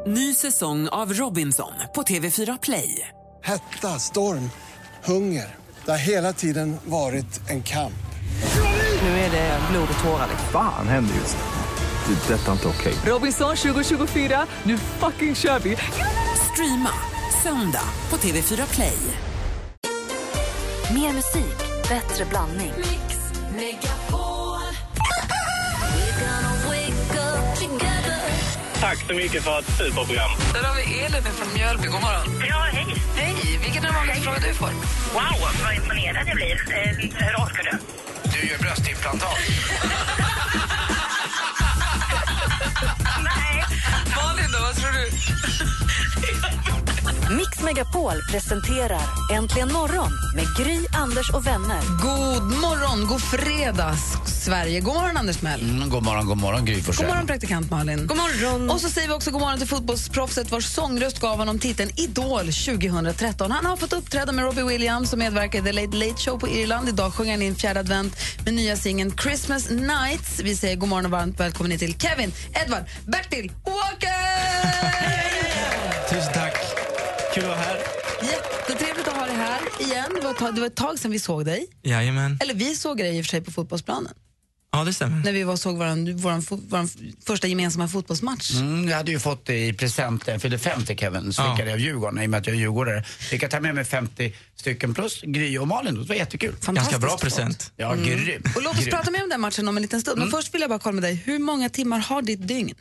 Ny säsong av Robinson på TV4 Play. Hetta, storm, hunger. Det har hela tiden varit en kamp. Nu är det blod och tårar. Fan händer just det. Det är detta inte okej. Robinson 2024, nu fucking kör vi. Streama söndag på TV4 Play. Mer musik, bättre blandning. Mix Megapol. Tack så mycket för ett superprogram. Där har vi Elin från Mjölby. God morgon. Ja, hej. Hej, vilken är den vanligaste frågan du får? Wow, vad imponerad jag blir. Hur orkar du? Du gör bröstimplantat. Nej. Malin då, vad tror du? Mix Megapol presenterar Äntligen morgon med Gry, Anders och vänner. God morgon, god fredag Sverige. God morgon Anders Mell. God morgon Gry Forssell. God morgon praktikant Malin. God morgon. Och så säger vi också god morgon till fotbollsproffset vars sångröst gav honom titeln Idol 2013. Han har fått uppträda med Robbie Williams som medverkar i The Late Late Show på Irland. Idag sjunger han in fjärde advent med nya singeln Christmas Nights. Vi säger god morgon och varmt välkommen till Kevin, Edward, Bertil Walker! Tusen tack. Kul att vara här. Jättetrevligt att ha dig här igen. Det var ett tag sedan vi såg dig. Jajamän. Eller vi såg dig i och för sig på fotbollsplanen. Ja, det stämmer. När vi såg vår första gemensamma fotbollsmatch. Jag hade ju fått i present, jag fyllde 50 Kevin, så fick jag det av Djurgården i och med att jag är djurgårdare. Fick jag ta med mig 50 stycken plus Gry och Malin, det var jättekul. Ganska bra present. Ja, grym. Och låt oss prata mer om den matchen om en liten stund. Men först vill jag bara kolla med dig, hur många timmar har ditt dygn?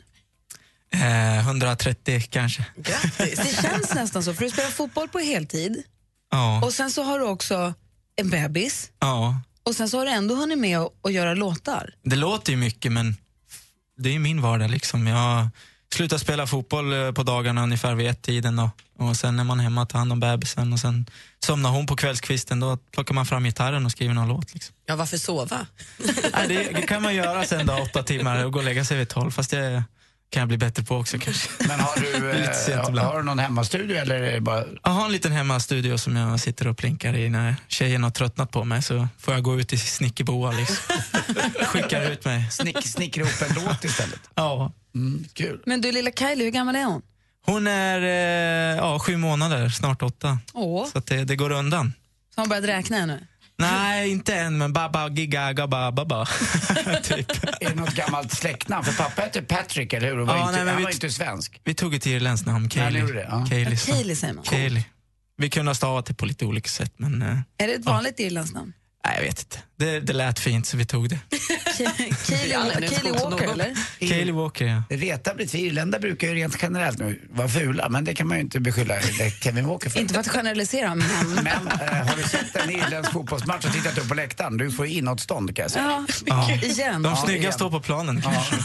130 kanske. Grattis. Det känns nästan så, för du spelar fotboll på heltid. Ja. Och sen så har du också en bebis. Ja. Och sen så har du ändå hunnit med att göra låtar. Det låter ju mycket, men det är ju min vardag liksom. Jag slutar spela fotboll på dagarna ungefär vid 1-tiden då. Och sen är man hemma och tar hand om bebisen och sen somnar hon på kvällskvisten, då plockar man fram gitarren och skriver någon låt liksom. Ja, varför sova? Nej, det kan man göra sen då 8 timmar och gå och lägga sig vid 12, fast det kan jag bli bättre på också kanske. Men har du någon hemmastudio eller är det bara... Jag har en liten hemmastudio som jag sitter och plinkar i när tjejen har tröttnat på mig, så får jag gå ut i snickerboa liksom. Skickar ut mig. Snickra upp en låt istället. Ja. Kul. Men du, lilla Kylie, hur gammal är hon? Hon är 7 månader, snart 8. Så att det går undan. Så hon börjat räkna nu? Nej, inte än, men baba, giga, gabba, baba. Typ. Är det något gammalt släktnamn? För pappa heter Patrick, eller hur? Han var inte svensk. Vi tog ett irländskt namn, Kaylee. Kaylee säger man. Kaylee. Vi kunde ha stavat det på lite olika sätt, men... Är det ett vanligt irländskt namn? Nej, jag vet inte. Det lät fint, så vi tog det. Kaylee Walker, eller? Kaylee Walker, ja. Det retar lite. Irländare brukar ju rent generellt nu vara fula, men det kan man ju inte beskylla Kevin Walker för. Inte för att generalisera, men har du sett en irländsk fotbollsmatch och tittat upp på läktaren? Du får inåtstånd, kan jag säga. Ja, igen. De snygga står på planen, kanske.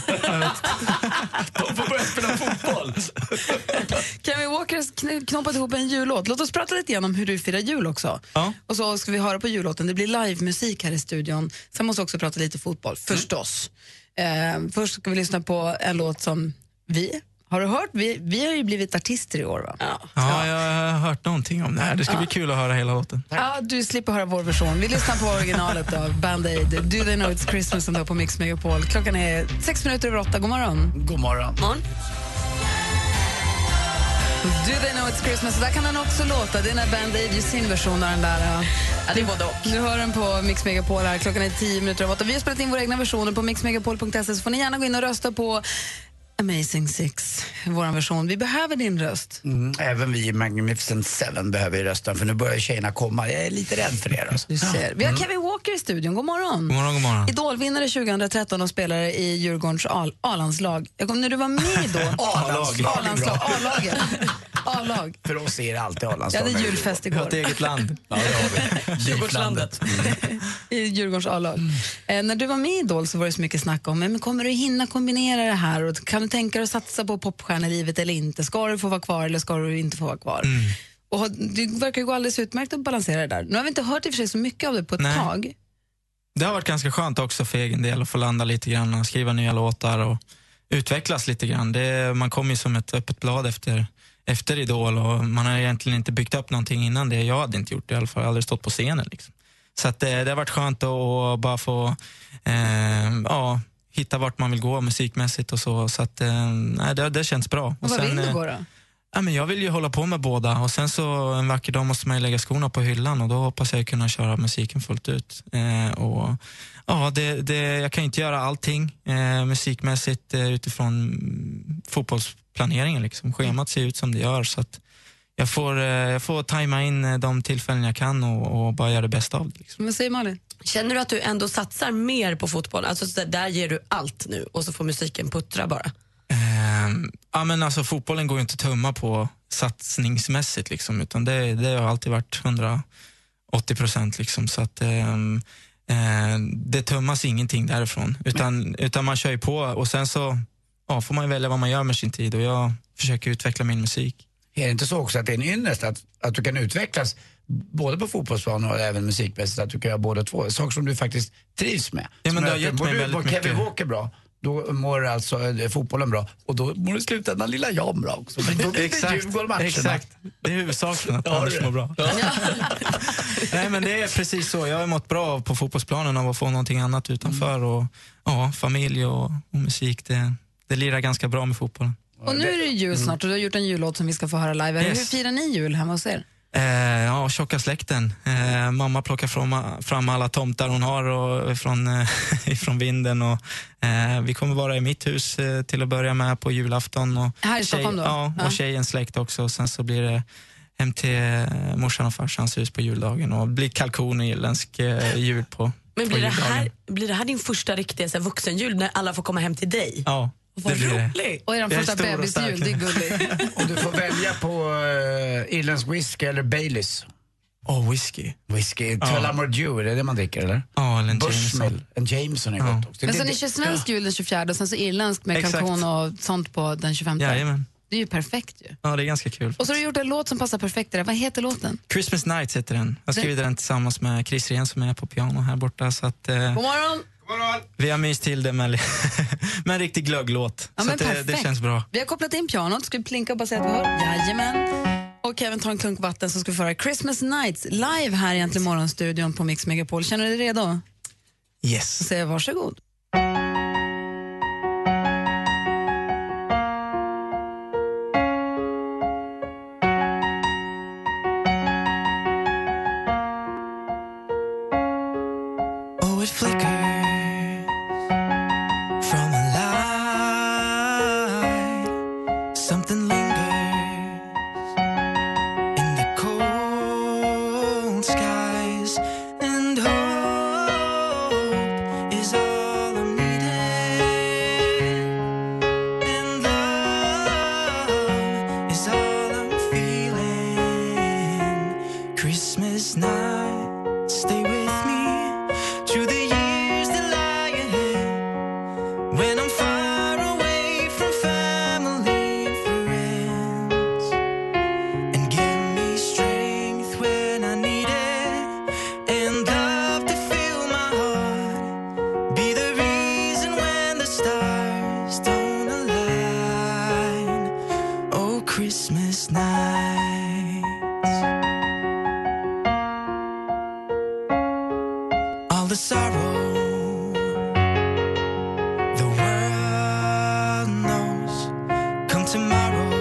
De får börja spela fotboll. Kevin Walker har knoppat ihop en jullåt. Låt oss prata lite om hur du firar jul också. Ja. Och så ska vi höra på jullåten. Det blir livemusik här i studion. Sen måste vi också prata lite fotboll, förstås. Först ska vi lyssna på en låt som har du hört? Vi har ju blivit artister i år, va? Ja, jag har hört någonting om det här. Det ska bli kul att höra hela låten. Ja, du slipper höra vår version. Vi lyssnar på originalet av Band Aid. Do They Know It's Christmas som du har på Mix Megapol. Klockan är 6:06. God morgon. God morgon. Do They Know It's Christmas. Där kan den också låta. Det är när Band Aid gör sin version av den där. Ja, det är både och. Nu hör den på Mix Megapol här. Klockan är 10:08. Vi har spelat in våra egna versioner på mixmegapol.se, så får ni gärna gå in och rösta på Amazing Six, vår version. Vi behöver din röst. Även vi i Magnificent Seven behöver rösta, för nu börjar tjejerna komma. Jag är lite rädd för det. Alltså. Du ser. Vi har Kevin Walker i studion. God morgon. God morgon, god morgon. Idolvinnare 2013 och spelare i Djurgårdens A-landslag. När du var med då... A-landslag. A-lag. För oss är det alltid A-landslag. Jag hade julfest igår. Vi har ett eget land. Ja, det har vi. Djurgårdslandet. I Djurgårdens A-lag. När du var med i Idol så var det så mycket snack om, men kommer du hinna kombinera det här? Och kan du tänka dig att satsa på popstjärnelivet eller inte? Ska du få vara kvar eller ska du inte få vara kvar? Och det verkar ju gå alldeles utmärkt att balansera det där. Nu har vi inte hört i och för sig så mycket av det på ett tag. Det har varit ganska skönt också för egen del att få landa lite grann och skriva nya låtar och utvecklas lite grann. Man kommer ju som ett öppet blad efter Idol, och man har egentligen inte byggt upp någonting innan det. Jag hade inte gjort det i alla fall, jag hade aldrig stått på scenen liksom. Så att det har varit skönt att bara få hitta vart man vill gå musikmässigt och så att det känns bra. Och vad vill du gå då? Ja, men jag vill ju hålla på med båda och sen så en vacker dag måste man ju lägga skorna på hyllan och då hoppas jag kunna köra musiken fullt ut. Och ja, jag kan inte göra allting musikmässigt utifrån fotbollsplaneringen liksom. Schemat ser ut som det gör så att jag får tajma in de tillfällen jag kan och bara göra det bästa av det. Liksom. Vad säger Malin? Känner du att du ändå satsar mer på fotboll? Alltså så där ger du allt nu och så får musiken puttra bara? Ja, men alltså fotbollen går ju inte tumma på satsningsmässigt liksom, utan det har alltid varit 180% liksom, så att det tummas ingenting därifrån utan man kör ju på och sen så får man ju välja vad man gör med sin tid och jag försöker utveckla min musik. Är det inte så också att det är en ynnest att du kan utvecklas både på fotbollsplan och även musikmässigt, att du kan göra båda två saker som du faktiskt trivs med? Ja, men det har gett mig väldigt mycket. Kevin Walker bra, då mår alltså fotbollen bra och då mår i slutändan lilla Jan bra också. Exakt, det är huvudsaken att Anders mår bra. Nej, men det är precis så. Jag har mått bra på fotbollsplanen av att få någonting annat utanför och familj och musik, det lirar ganska bra med fotbollen. Och nu är det jul snart och du har gjort en jullåt som vi ska få höra live. Yes. Hur firar ni jul hemma hos er? Tjocka släkten. Mamma plockar fram alla tomtar hon har och ifrån vinden och vi kommer vara i mitt hus till att börja med på julafton och här i Stockholm då? Ja, och tjejens släkt också och sen så blir det hem till morsan och farsans hus på juldagen och blir kalkon och irländsk jul på. Men blir det här din första riktiga vuxenjul när alla får komma hem till dig? Ja. Vad roligt! Och er första bebisjul, det är gulligt. Och du får välja på irländsk whisky eller Baileys. Whisky. Tullamore Dew, är det man dricker eller? Ja, eller en Bushmill. En Jameson är gott också. Men så ni kör svensk jul den 24 och sen så irländsk med kalkon och sånt på den 25. Jajamän. Det är ju perfekt ju. Ja, det är ganska kul. Och så har du gjort en låt som passar perfekt där. Vad heter låten? Christmas Nights heter den. Jag har skrivit den tillsammans med Chris Ren som är på piano här borta. Så att, God morgon! Vi har myst till det med en riktig glögglåt. Ja, så det känns bra. Vi har kopplat in pianot. Ska vi plinka och bara säga att vi hör? Jajamän. Och Kevin tar en klunk vatten så ska vi föra Christmas Nights live här egentligen morgonstudion på Mix Megapol. Känner du dig redo? Yes. Så säger jag varsågod. Oh, it flickers from a light. Something lingers in the cold skies, and hope is all I'm needing, and love is all I'm feeling. Christmas night, stay with me through the years that lie ahead, when I'm far away from family and friends, and give me strength when I need it, and love to fill my heart, be the reason when the stars don't align. Oh, Christmas nights. All the sorrow the world knows, come tomorrow,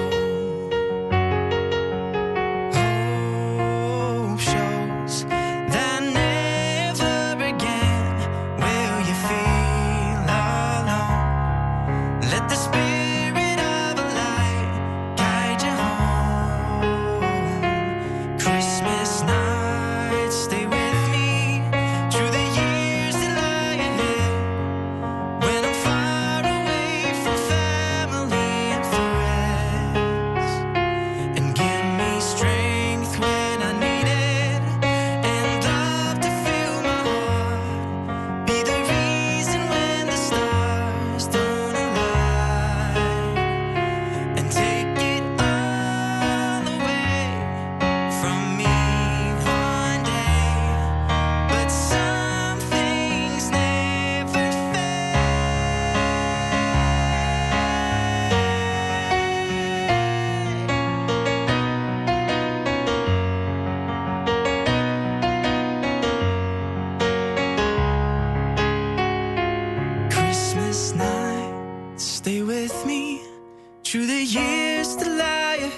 hope shows that never again will you feel alone. Let the spirit of a light guide you home. Christmas night, stay with me through the years that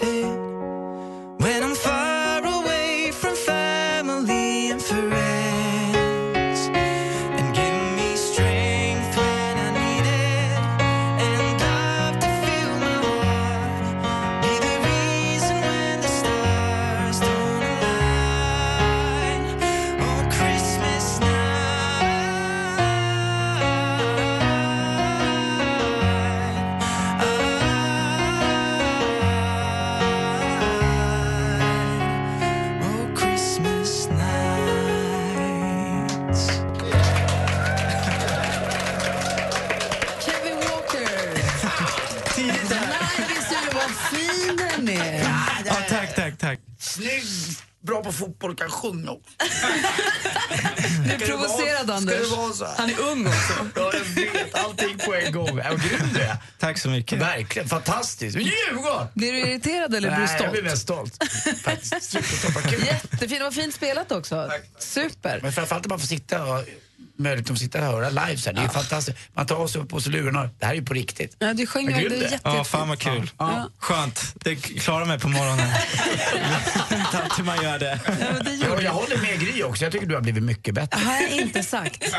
it when I'm far away from family and friends, and give me strength when I need it, and love to fill my heart, be the reason when the stars don't align on Christmas Kevin Walker. Nej, visst du vad fin den är. Ja, tack. Snygg, bra på fotboll, kan sjunga också. Du är provocerad, Anders. Ska det vara så här? Han är ung också. Ja, jag vet. Allting på en gång. Jag är grym det. Tack så mycket. Verkligen, fantastiskt. Djurgården! Blir du irriterad eller blir du Nej, jag stolt? blir mest stolt. Faktiskt. Supertopparkul. Jättefint, vad fint spelat också. Super. Men framförallt att man får sitta och möjligt att sitta och höra live så här. Det är ju fantastiskt. Man tar oss upp på sig lurarna. Det här är ju på riktigt. Ja, du sjöng ju jättefint. Ja, fan vad kul. Ja. Skönt. Det klarar mig på morgonen. Inte alltid man gör det. Ja, men det gjorde Jag håller med Gry också. Jag tycker du har blivit mycket bättre. har jag inte sagt.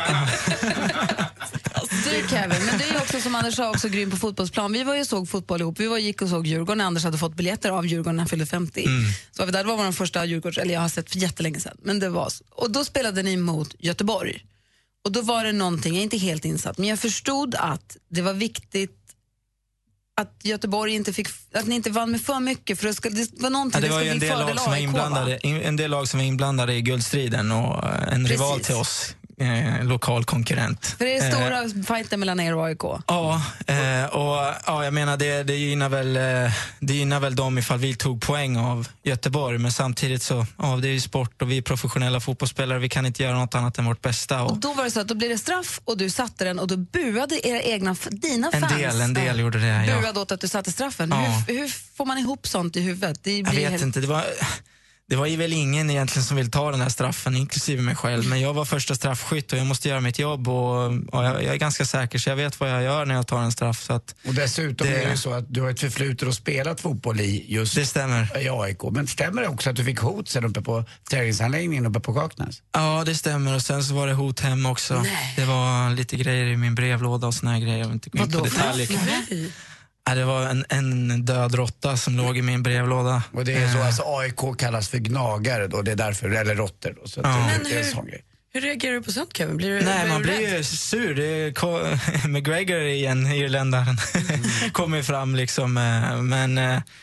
Du Kevin, men du är ju också som Anders sa också grym på fotbollsplan. Vi var ju såg fotboll ihop. Vi gick och såg Djurgården när Anders hade fått biljetter av Djurgården när han fyllde 50. Så var vi där, det var vår första Djurgårds, eller jag har sett för jättelänge sedan. Men det var så. Och då spelade ni mot Göteborg. Och då var det någonting, jag är inte helt insatt, men jag förstod att det var viktigt att Göteborg inte fick, att ni inte vann med för mycket, för det var någonting, Ja, det var ju skulle en bli del lag fördel som var AIK, inblandade, en del lag som var inblandade i guldstriden och en rival till oss, lokal konkurrent. För det är stora fighter mellan er och AIK. Ja, och jag menar det gynnar väl dem ifall vi tog poäng av Göteborg, men samtidigt så, det är ju sport och vi är professionella fotbollsspelare, vi kan inte göra något annat än vårt bästa. Och då var det så att då blev det straff och du satte den och då buade era dina fans. En del gjorde det, ja. Buade åt att du satte straffen. Ja. Hur får man ihop sånt i huvudet? Jag vet inte, det var ju väl ingen egentligen som vill ta den här straffen, inklusive mig själv. Men jag var första straffskytt och jag måste göra mitt jobb och jag är ganska säker så jag vet vad jag gör när jag tar en straff. Så att och dessutom är det ju så att du har ett förflutet och spelat fotboll i just det stämmer. I AIK. Men stämmer det också att du fick hot sen uppe på träningsanläggningen uppe på Kaknäs? Ja, det stämmer. Och sen så var det hot hem också. Nej. Det var lite grejer i min brevlåda och såna här grejer. Jag vill inte gå in på detaljer. Ja, det var en död råtta som låg i min brevlåda. Och det är så, alltså AIK kallas för gnagare då, det är därför, eller råttor då. Så Men det är en sån grej. hur reagerar du på sånt, Kevin? Man blir ju sur. Det är McGregor igen, irländaren, kommer fram liksom. Men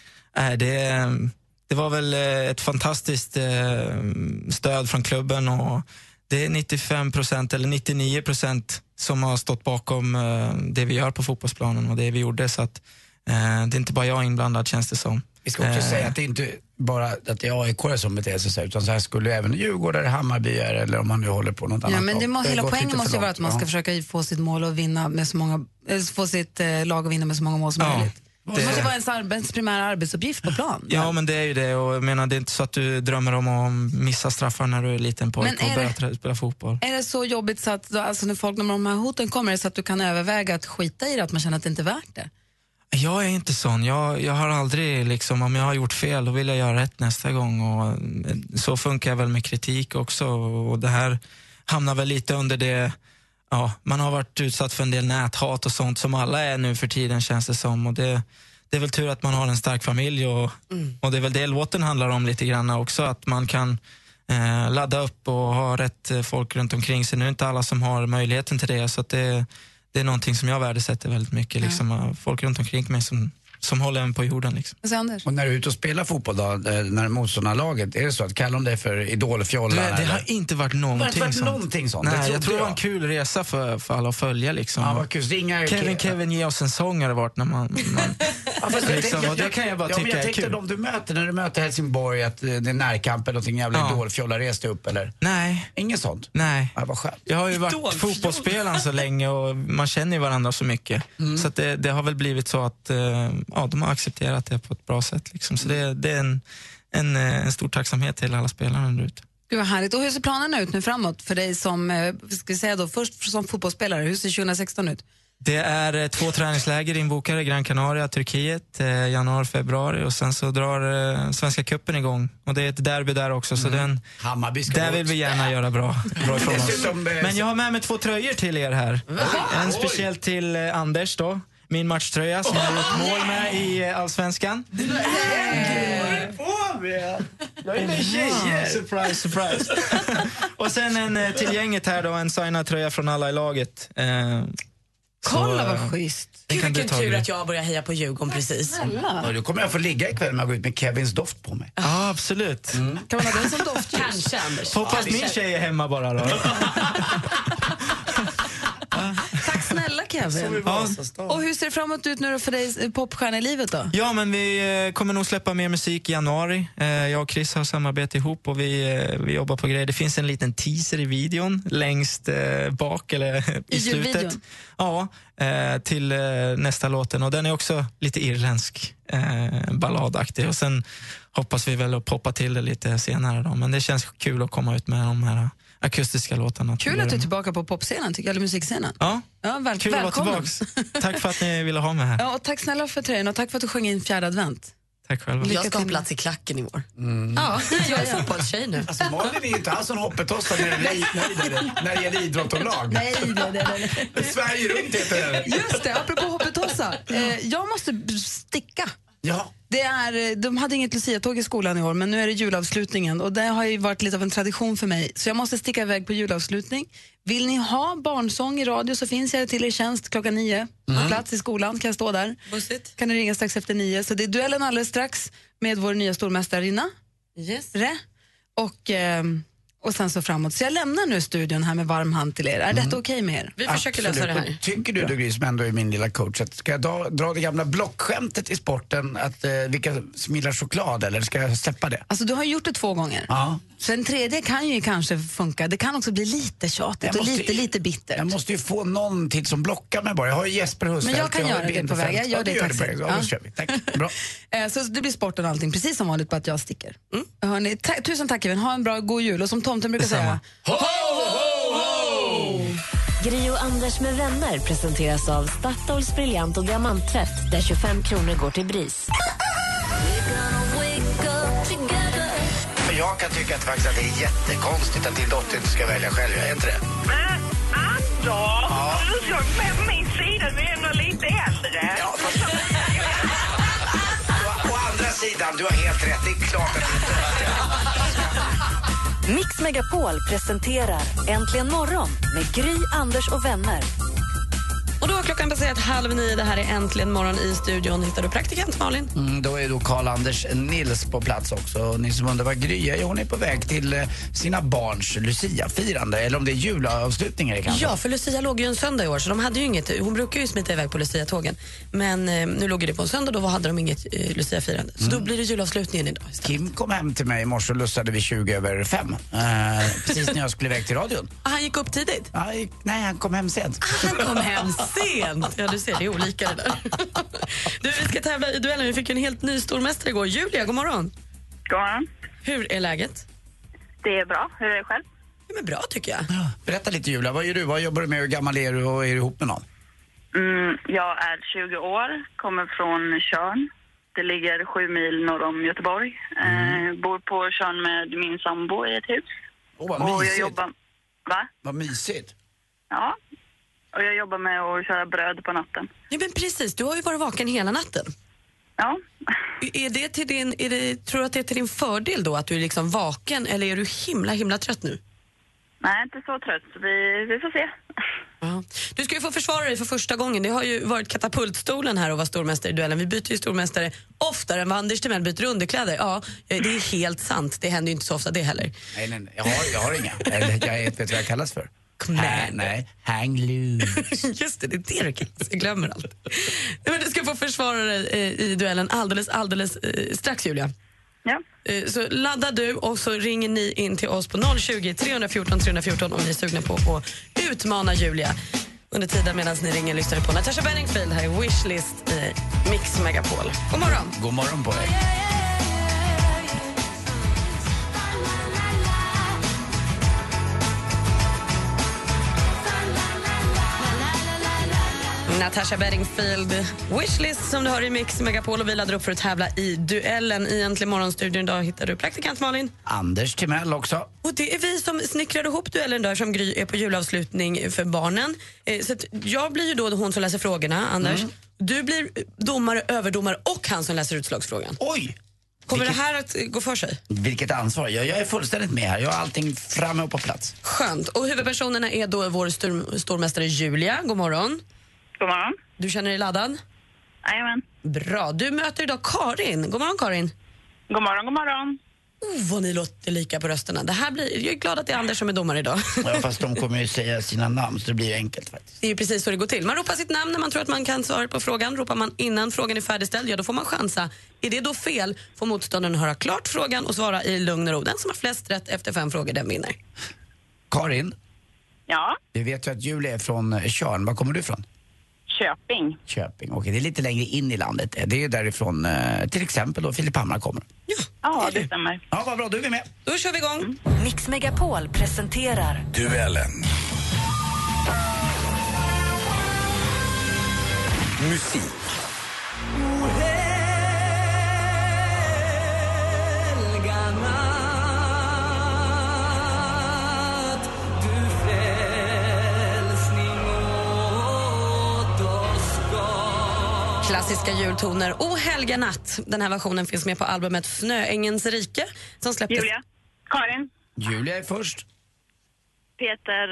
det var väl ett fantastiskt stöd från klubben och det är 95% eller 99% som har stått bakom det vi gör på fotbollsplanen och det vi gjorde, så att det är inte bara jag inblandad, känns det som. Vi ska också säga att det är inte bara att det är AIK som beter sig så, utan så här skulle även Djurgårdare, Hammarbyare eller om man nu håller på något annat. Ja, men hela poängen lite måste ju för vara att man ska försöka få sitt mål att vinna med så många, få sitt lag att vinna med så många mål som möjligt. Det måste vara ens primära arbetsuppgift på plan. Ja, men det är ju det, och jag menar, det är inte så att du drömmer om att missa straffar när du är liten pojke och börjar spela fotboll. Är det så jobbigt så att alltså, när de här hoten kommer, så att du kan överväga att skita i det, att man känner att det inte är värt det? Jag är inte sån. Jag har aldrig liksom, om jag har gjort fel då vill jag göra rätt nästa gång, och så funkar jag väl med kritik också, och det här hamnar väl lite under det. Ja, man har varit utsatt för en del näthat och sånt som alla är nu för tiden, känns det som, och det är väl tur att man har en stark familj och det är väl det låten handlar om lite grann också, att man kan ladda upp och ha rätt folk runt omkring sig. Nu är inte alla som har möjligheten till det, så att det är någonting som jag värdesätter väldigt mycket, liksom, folk runt omkring mig som håller en på jorden. Liksom. Och när du är ute och spelar fotboll då, när motståndarlaget, är det så att kallar de det för idolfjollar? Det har inte varit någonting sånt. Nej, jag tror det var en kul resa för alla att följa. Liksom. Ja, vad kul. Kevin, ge oss en sång har det varit när man liksom, och det kan jag bara tycka jag är kul. De du möter, när du möter Helsingborg, att det är närkamp eller någonting jävla idolfjollar reste upp, eller? Nej. Inget sånt? Nej. Ja, vad skönt. Jag har ju varit fotbollsspelare så länge och man känner ju varandra så mycket. Så att det har väl blivit så att de har accepterat det på ett bra sätt. Liksom. Så det är en stor tacksamhet till alla spelarna där ute. Gud vad härligt. Och hur ser planen ut nu framåt för dig som, ska vi säga då, först som fotbollsspelare? Hur ser 2016 ut? Det är 2 träningsläger inbokade i Gran Canaria, Turkiet, januari, februari. Och sen så drar Svenska cupen igång. Och det är ett derby där också. Så där vill vi gärna göra bra ifrån oss. Men jag har med mig 2 tröjor till er här. En speciell till Anders då. Min matchtröja som jag har gjort mål med i Allsvenskan. Jag är med tjejer. Surprise. Och sen en till gänget här då, en signad tröja från alla i laget. Kolla vad schysst. Vilken tur att jag börjar heja på Djurgården precis. Då kommer jag få ligga ikväll med att gå ut med Kevins doft på mig. Ja, absolut. Kan man ha den som doft? Kanske, Anders. Hoppas min tjej är hemma bara då. Tack snälla Kevin. Och hur ser det framåt ut nu då för dig popstjärna i livet då? Ja, men vi kommer nog släppa mer musik i januari. Jag och Chris har samarbete ihop och vi jobbar på grejer. Det finns en liten teaser i videon längst bak eller i slutet. Ja, till nästa låten. Och den är också lite irländsk, balladaktig. Och sen hoppas vi väl att poppa till det lite senare då. Men det känns kul att komma ut med de här akustiska låtarna. Kul att du är tillbaka på popscenen, tycker jag, eller musikscenen. Ja, kul att vara välkommen. tillbaka. Tack för att ni ville ha mig här. Ja, och tack snälla för tröjan och tack för att du sjöng in 4:e advent. Tack själva. Jag ska ha plats i klacken i år. Ja, jag är fotbollstjej nu. Alltså Malin är ju inte alls en hoppetossa när det gäller idrott och lag. Nej. Sverige runt heter det. Just det, apropå hoppetossa. Jag måste sticka. Ja. De hade inget Lucia-tåg i skolan i år, men nu är det julavslutningen och det har ju varit lite av en tradition för mig. Så jag måste sticka iväg på julavslutning. Vill ni ha barnsång i radio så finns jag till er tjänst klockan 9. På plats i skolan kan jag stå där. Bussigt. Kan ni ringa strax efter 9. Så det är duellen alldeles strax med vår nya stormästarinna. Yes. Och sen så framåt. Så jag lämnar nu studion här med varm hand till er. Är detta okej med er? Vi försöker lösa det här. Tycker du Gry, som ändå är min lilla coach, att ska jag dra det gamla blockskämtet i sporten att vilka som gillar choklad, eller ska jag släppa det? Alltså du har gjort det 2 gånger. Ja. Så en tredje kan ju kanske funka. Det kan också bli lite tjatigt och lite bittert. Jag måste ju få någon till som blockar mig bara. Jag har ju Jesper Husfeldt. Men jag kan göra det på väg. Jag gör det, tack. Då kör vi. Tack. Bra. Så det blir sporten och allting, precis som vanligt, på att jag sticker. Hörrni, tusen tack Kevin. Ha en bra, god jul. Och som tomten brukar säga, ho, ho, ho! Gry och Anders med vänner presenteras av Statoils briljant och diamanttvätt, där 25 kronor går till BRIS. Jag kan tycka att det är jättekonstigt att din dotter inte ska välja själv. Jag är inte det. Men Anders, du ska med på min sida, du är ändå lite äldre. Ja, å andra sidan, du har helt rätt. Det är klart att du Mix Megapol presenterar Äntligen morgon med Gry, Anders och vänner. Och då har klockan passerat 8:30. Det här är Äntligen morgon i studion. Hittar du praktikant Malin? Då är Karl-Anders Nils på plats också. Ni som undrar vad Gry är, hon är på väg till sina barns Lucia-firande. Eller om det är julavslutningar kanske. Ja, för Lucia låg ju en söndag i år, så de hade ju inget. Hon brukar ju smita iväg på Lucia-tågen. Men nu låg det på en söndag, då hade de inget Lucia-firande. Så då blir det julavslutningen idag istället. Kim kom hem till mig i morse och lussade vid 20:05. Precis när jag skulle iväg till radion. Han gick upp tidigt? Nej, han kom hem sent. Han kom hem sent. Ja, du ser, det är olika det där. Du, vi ska tävla i duellen. Vi fick en helt ny stormästare igår. Julia, god morgon. God morgon. Hur är läget? Det är bra. Hur är det själv? Det är bra tycker jag. Ja, berätta lite Julia, vad gör du? Vad jobbar du med? Hur gammal är du och är du ihop med någon? Jag är 20 år, kommer från Tjörn. Det ligger 7 mil norr om Göteborg. Bor på Tjörn med min sambo i ett hus. Vad mysigt. Och jag jobbar... Va? Vad mysigt. Ja. Och jag jobbar med att köra bröd på natten. Ja, men precis. Du har ju varit vaken hela natten. Ja. Tror du att det är till din fördel då att du är liksom vaken, eller är du himla trött nu? Nej, inte så trött. Vi får se. Ja. Du ska ju få försvara dig för första gången. Det har ju varit katapultstolen här och vara stormästare i duellen. Vi byter ju stormästare oftare än vad Anders Timell byter underkläder. Ja, det är helt sant. Det händer ju inte så ofta det heller. Nej. Jag har inga. Jag vet vad jag kallas för. Hang loose. Just det är det du kallas. Jag glömmer allt. Men du ska få försvara dig i duellen alldeles strax, Julia. Ja. Så laddar du och så ringer ni in till oss på 020-314 314 om ni är sugna på att utmana Julia. Under tiden medan ni ringer lyssnar på Natasha Bedingfield här i Wishlist i Mix Megapol. God morgon. God morgon på dig. Natasha Bedingfield, Wishlist som du har i Mix Megapol, och vi laddar upp för att tävla i duellen. I Äntligen morgonstudion idag hittar du praktikant Malin. Anders Timell också. Och det är vi som snickrar ihop duellen där, som Gry är på julavslutning för barnen. Så att jag blir ju då hon som läser frågorna, Anders. Du blir domare, överdomare och han som läser utslagsfrågan. Oj! Kommer det här att gå för sig? Vilket ansvar. Jag är fullständigt med här. Jag har allting framme och på plats. Skönt. Och huvudpersonerna är då vår stormästare Julia. God morgon. God morgon. Du känner dig laddad? Jajamän. Bra. Du möter idag Karin. God morgon, Karin. God morgon, god morgon. Vad ni låter lika på rösterna. Det här blir, jag är glad att det är Anders som är domare idag. Ja, fast de kommer ju säga sina namn, så det blir enkelt faktiskt. Det är ju precis så det går till. Man ropar sitt namn när man tror att man kan svara på frågan. Ropar man innan frågan är färdigställd, ja då får man chansa. Är det då fel får motståndaren höra klart frågan och svara i lugn och ro. Den som har flest rätt efter 5 frågor, den vinner. Karin? Ja? Vi vet ju att Julia är från Tjörn. Var kommer du ifrån? Köping. Okej, det är lite längre in i landet. Det är ju därifrån till exempel då Filip Hammar kommer. Ja, det stämmer. Ja, vad bra, du är med. Då kör vi igång. Mix Megapol presenterar Duellen. Musik. Klassiska jultoner. O helga natt. Den här versionen finns med på albumet Snöängens rike som släpptes. Julia. Karin. Julia är först. Peter...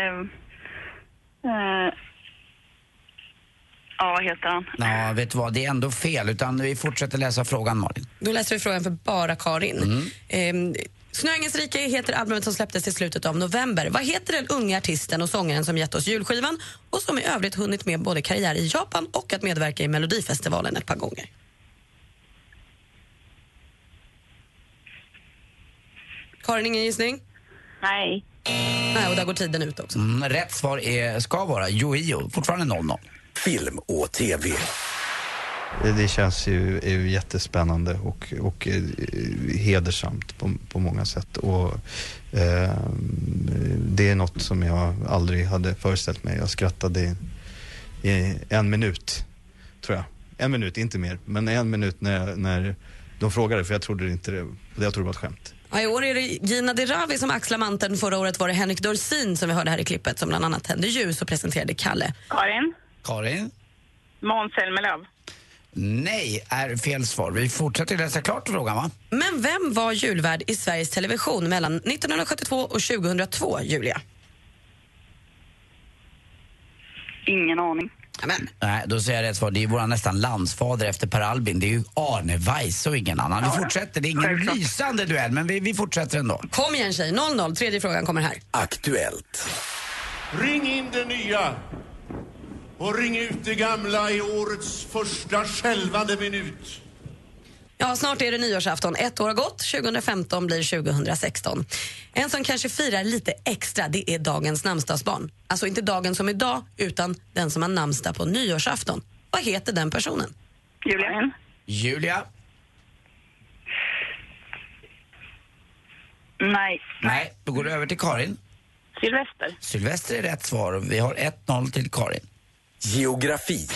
ja, vad heter han? Ja, vet du vad, det är ändå fel, utan vi fortsätter läsa frågan, Malin. Då läser vi frågan för bara Karin. Snöängens rike heter albumet som släpptes i slutet av november. Vad heter den unga artisten och sångaren som gett oss julskivan och som i övrigt hunnit med både karriär i Japan och att medverka i Melodifestivalen ett par gånger? Karin, ingen gissning? Nej. Nej, och där går tiden ut också. Rätt svar ska vara Yohio, fortfarande 0-0. Film och TV. Det känns ju jättespännande och hedersamt på många sätt. Och det är något som jag aldrig hade föreställt mig. Jag skrattade i 1 minut, tror jag. 1 minut, inte mer. Men 1 minut när de frågade, för jag trodde inte det. Jag trodde det var ett skämt. Ja, i år är det Gina Dirawi som axlar manteln. Förra året var det Henrik Dorsin som vi hörde här i klippet som bland annat tände ljus och presenterade Kalle. Karin? Måns Zelmerlöw. Nej, är fel svar. Vi fortsätter läsa klart frågan, va? Men vem var julvärd i Sveriges Television mellan 1972 och 2002, Julia? Ingen aning. Amen. Nej, då säger jag rätt svar. Det är våran nästan landsfader efter Per Albin. Det är ju Arne Weiss och ingen annan. Vi fortsätter. Det är ingen lysande duell, men vi fortsätter ändå. Kom igen, tjej. 0-0. Tredje frågan kommer här. Aktuellt. Ring in det nya och ring ut det gamla i årets första skälvande minut. Ja, snart är det nyårsafton. 1 år har gått. 2015 blir 2016. En som kanske firar lite extra, det är dagens namnsdagsbarn. Alltså inte dagen som idag, utan den som har namnsdag på nyårsafton. Vad heter den personen? Julia? Nej, då går du över till Karin. Sylvester är rätt svar och vi har 1-0 till Karin. Geografi.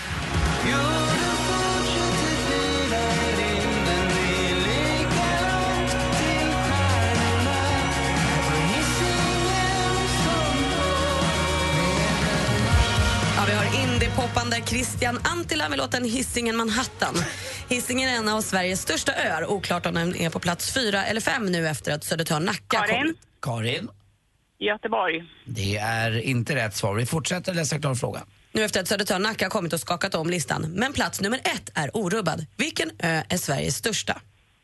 Ja, vi har indie-poppande Christian Antila med låten Hisingen Manhattan. Hisingen är en av Sveriges största öar. Oklart om den är på plats 4 eller 5 nu efter att Södertörn Nacka kom. Karin? Göteborg. Det är inte rätt svar. Vi fortsätter läsa klart frågan. Nu efter att Södertörn Nacka har kommit och skakat om listan. Men plats nummer 1 är orubbad. Vilken ö är Sveriges största?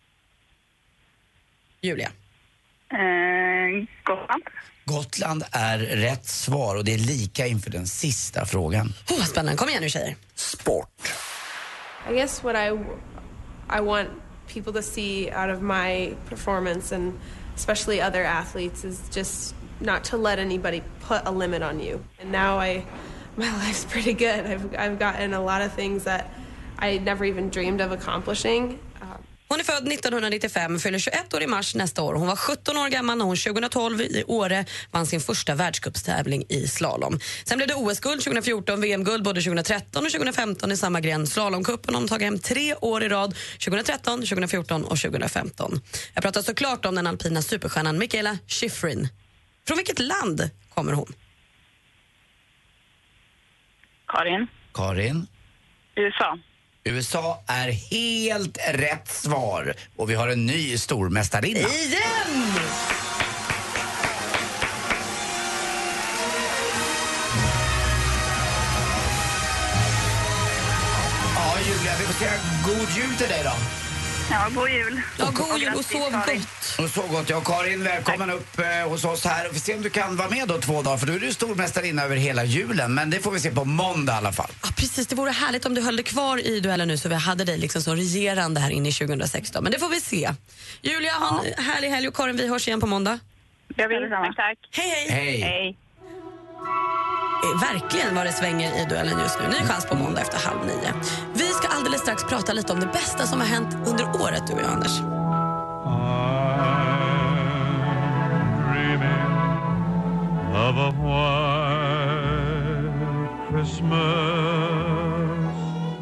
Julia? Gotland. Gotland är rätt svar och det är lika inför den sista frågan. Vad spännande. Kom igen nu tjejer. Sport. I guess what I want people to see out of my performance and especially other athletes is just not to let anybody put a limit on you. And now my life's pretty good. I've gotten a lot of things that I never even dreamed of accomplishing. Hon är född 1995, fyller 21 år i mars nästa år. Hon var 17 år gammal när hon 2012 i Åre vann sin första världscupstävling i slalom. Sen blev det OS-guld 2014, VM-guld både 2013 och 2015 i samma gren. Slalomcupen har tagit hem 3 år i rad, 2013, 2014 och 2015. Jag pratar såklart om den alpina superstjärnan Mikaela Shiffrin. Från vilket land kommer hon? Karin. USA. USA är helt rätt svar. Och vi har en ny stormästarinna. Igen! Ja, Julia, vi får säga god jul till dig då. Ja, god jul. Ja, god jul och sov gott. Och så gott. Ja, Karin, välkommen upp hos oss här. Och vi ser om du kan vara med då 2 dagar, för då är du stormästarinna över hela julen. Men det får vi se på måndag i alla fall. Ja, precis. Det vore härligt om du höll dig kvar i duellen nu så vi hade dig liksom som regerande här inne i 2016. Men det får vi se. Julia, ha en härlig helg och Karin, vi hörs igen på måndag. Jag vill detsamma. Tack. Hej, hej. Hej. Verkligen vad det svänger i duellen just nu. Ny chans på måndag efter 8:30. Vi ska alldeles strax prata lite om det bästa som har hänt under året, du och jag, Anders. Of a white Christmas,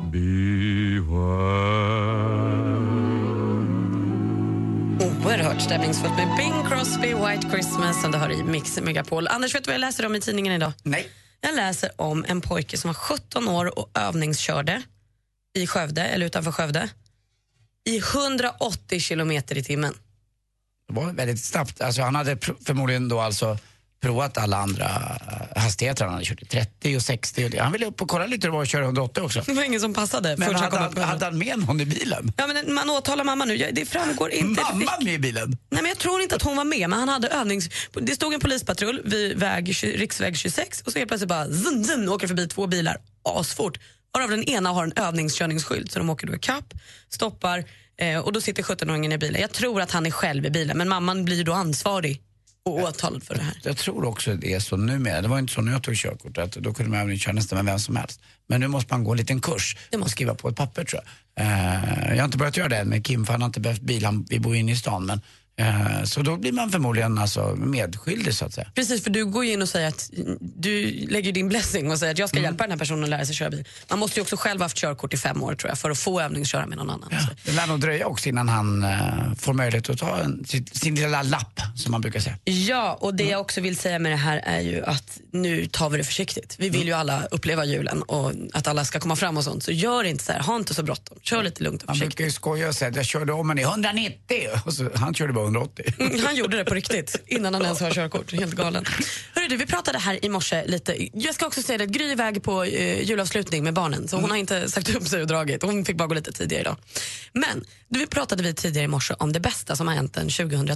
Oerhört stämningsfullt med Bing Crosby, White Christmas, som det har i Mix Megapol. Anders, vet du vad jag läser om i tidningen idag? Nej. Jag läser om en pojke som var 17 år och övningskörde i Skövde, eller utanför Skövde, i 180 kilometer i timmen. Det var väldigt snabbt. Alltså, han hade förmodligen då alltså provat alla andra hastigheter. Han hade kört i 30 och 60. Han ville upp och kolla lite hur det var att köra 180 också. Det var ingen som passade. Men hade han med någon i bilen? Ja, men man åtalar mamma nu. Det framgår inte. Mamma med i bilen? Nej, men jag tror inte att hon var med, men han hade det stod en polispatrull vid riksväg 26 och så helt plötsligt bara zun, åker förbi 2 bilar asfort. Varav den ena har en övningskörningsskylt, så de åker då i kapp, stoppar och då sitter 17-åringen i bilen. Jag tror att han är själv i bilen, men mamman blir då ansvarig och åtalad för det här. Jag tror också det är så numera. Det var inte så när jag tog körkort att då kunde man köra nästan med vem som helst. Men nu måste man gå en liten kurs och skriva på ett papper, tror jag. Jag har inte börjat göra det med Kim, för han har inte behövt bil. Vi bor inne i stan, men så då blir man förmodligen alltså medskyldig, så att säga. Precis, för du går in och säger att du lägger din blessing och säger att jag ska hjälpa den här personen att lära sig köra bil. Man måste ju också själv ha haft körkort i 5 år, tror jag, för att få övningsköra med någon annan. Ja, det lär nog dröja också innan han får möjlighet att ta sin lilla lapp, som man brukar säga. Ja, och det jag också vill säga med det här är ju att nu tar vi det försiktigt. Vi vill ju alla uppleva julen och att alla ska komma fram och sånt. Så gör inte så här, ha inte så bråttom. Kör lite lugnt och försiktigt. Han brukar ju skoja och säga att jag körde om en i 190 och så, han körde bara 180. Han gjorde det på riktigt innan han ens har körkort. Helt galen. Hörru du, vi pratade här i morse lite. Jag ska också säga att Gry är iväg på julavslutning med barnen, så hon har inte sagt upp sig och dragit. Hon fick bara gå lite tidigare idag. Men vi pratade tidigare i morse om det bästa som har hänt den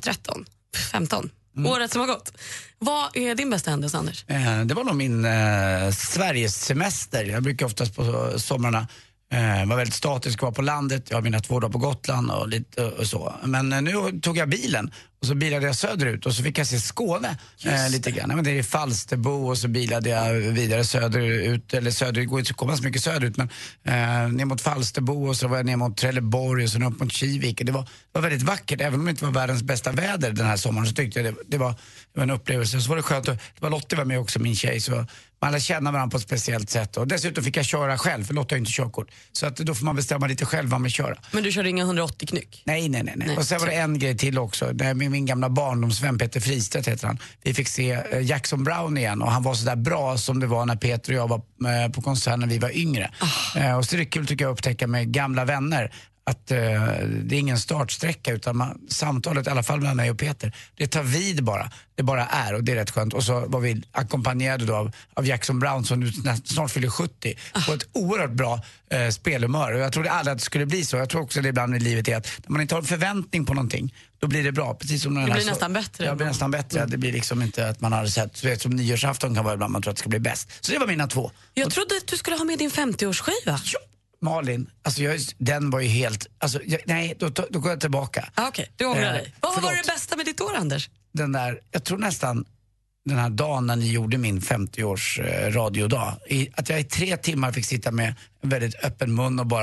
2015. Året som har gått. Vad är din bästa händelse, Anders? Det var nog min Sveriges semester. Jag brukar oftast på sommarna var väldigt statisk, var på landet. Jag har mina 2 dagar på Gotland och lite och så. Men nu tog jag bilen och så bilade jag söderut och så fick jag se Skåne lite grann. Men det är Falsterbo och så bilade jag vidare söderut, eller söderut, går inte så komma så mycket söderut, men ner mot Falsterbo och så var jag ner mot Trelleborg och så upp mot Kivik. Det var väldigt vackert, även om det inte var världens bästa väder den här sommaren, så tyckte jag det var en upplevelse. Så var det skönt, det var Lotte var med också, min tjej, så man lär känna varandra på ett speciellt sätt. Och dessutom fick jag köra själv, för Lotta har inte körkort. Så att då får man bestämma lite själv vad man köra. Men du körde inga 180 knyck? Nej. Och sen var det en grej till också. Med min gamla barndomsvän Peter Fristedt heter han. Vi fick se Jackson Browne igen, och han var så där bra som det var när Peter och jag var på konsert när vi var yngre. Och så är det kul, tycker jag, att upptäcka med gamla vänner att det är ingen startsträcka, utan samtalet, i alla fall med mig och Peter, det tar vid bara. Det bara är, och det är rätt skönt. Och så var vi ackompanjerade då av Jackson Browne, som nu snart fyller 70, på ett oerhört bra spelhumör. Och jag trodde aldrig att det skulle bli så. Jag tror också det ibland i livet är att när man inte har en förväntning på någonting, då blir det bra. Precis som det blir nästan bättre. Ja, det blir nästan bättre. Det blir liksom inte att man har sett, så vet, som nyårsafton kan vara ibland, man tror att det ska bli bäst. Så det var mina 2. Jag trodde att du skulle ha med din 50-årsskiva. Ja. Malin, alltså den var ju helt... Alltså, nej, då går jag tillbaka. Okej, du ångrar dig. Vad var det bästa med ditt år, Anders? Den där, jag tror nästan den här dagen när ni gjorde min 50-års radiodag. Att jag i 3 timmar fick sitta med en väldigt öppen mun och bara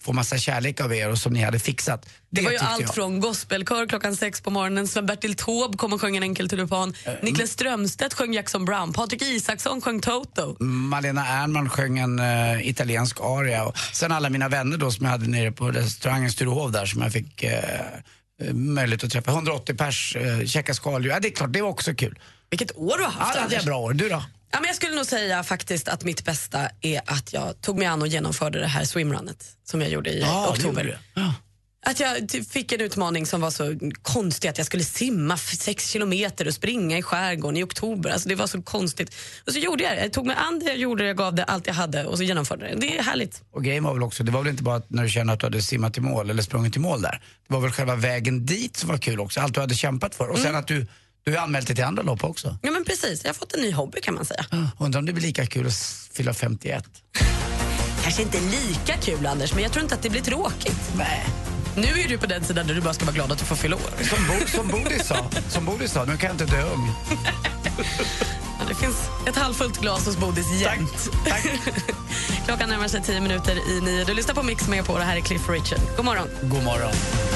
få massa kärlek av er och som ni hade fixat. Det var ju allt från gospelkör klockan 6 på morgonen, Sven-Bertil Taube kom och sjöng En enkel tulipan, Niklas Strömstedt sjöng Jackson Brown, Patrik Isaksson sjöng Toto. Malena Ernman sjöng en italiensk aria och sen alla mina vänner då som jag hade nere på restaurangen Sturehov där som jag fick möjlighet att träffa. 180 pers, käka skaldjur. Ja, det är klart, det var också kul. Vilket år du har haft. Ja, det är bra år. Du då? Ja, men jag skulle nog säga faktiskt att mitt bästa är att jag tog mig an och genomförde det här swimrunnet som jag gjorde i oktober. Att jag fick en utmaning som var så konstig att jag skulle simma 6 kilometer och springa i skärgården i oktober. Alltså det var så konstigt. Och så gjorde jag det. Jag tog mig an det, jag gjorde det, jag gav det allt jag hade och så genomförde det. Det är härligt. Och grejen var väl också, det var väl inte bara att när du kände att du hade simmat till mål eller sprungit till mål där. Det var väl själva vägen dit som var kul också. Allt du hade kämpat för. Och sen att du har anmält dig till andra lopp också. Ja men precis, jag har fått en ny hobby kan man säga. Undrar om det blir lika kul att fylla 51. Kanske inte lika kul Anders, men jag tror inte att det blir tråkigt. Nej. Nu är du på den sidan där du bara ska vara glad att du får fylla år. Som Bodis sa, nu kan jag inte dö ung. Ja, det finns ett halvfullt glas hos Bodis jämt. Tack. Klockan närmar sig 10 minuter i 9. Du lyssnar på Mix Megapol, det här är Cliff Richard. God morgon. God morgon.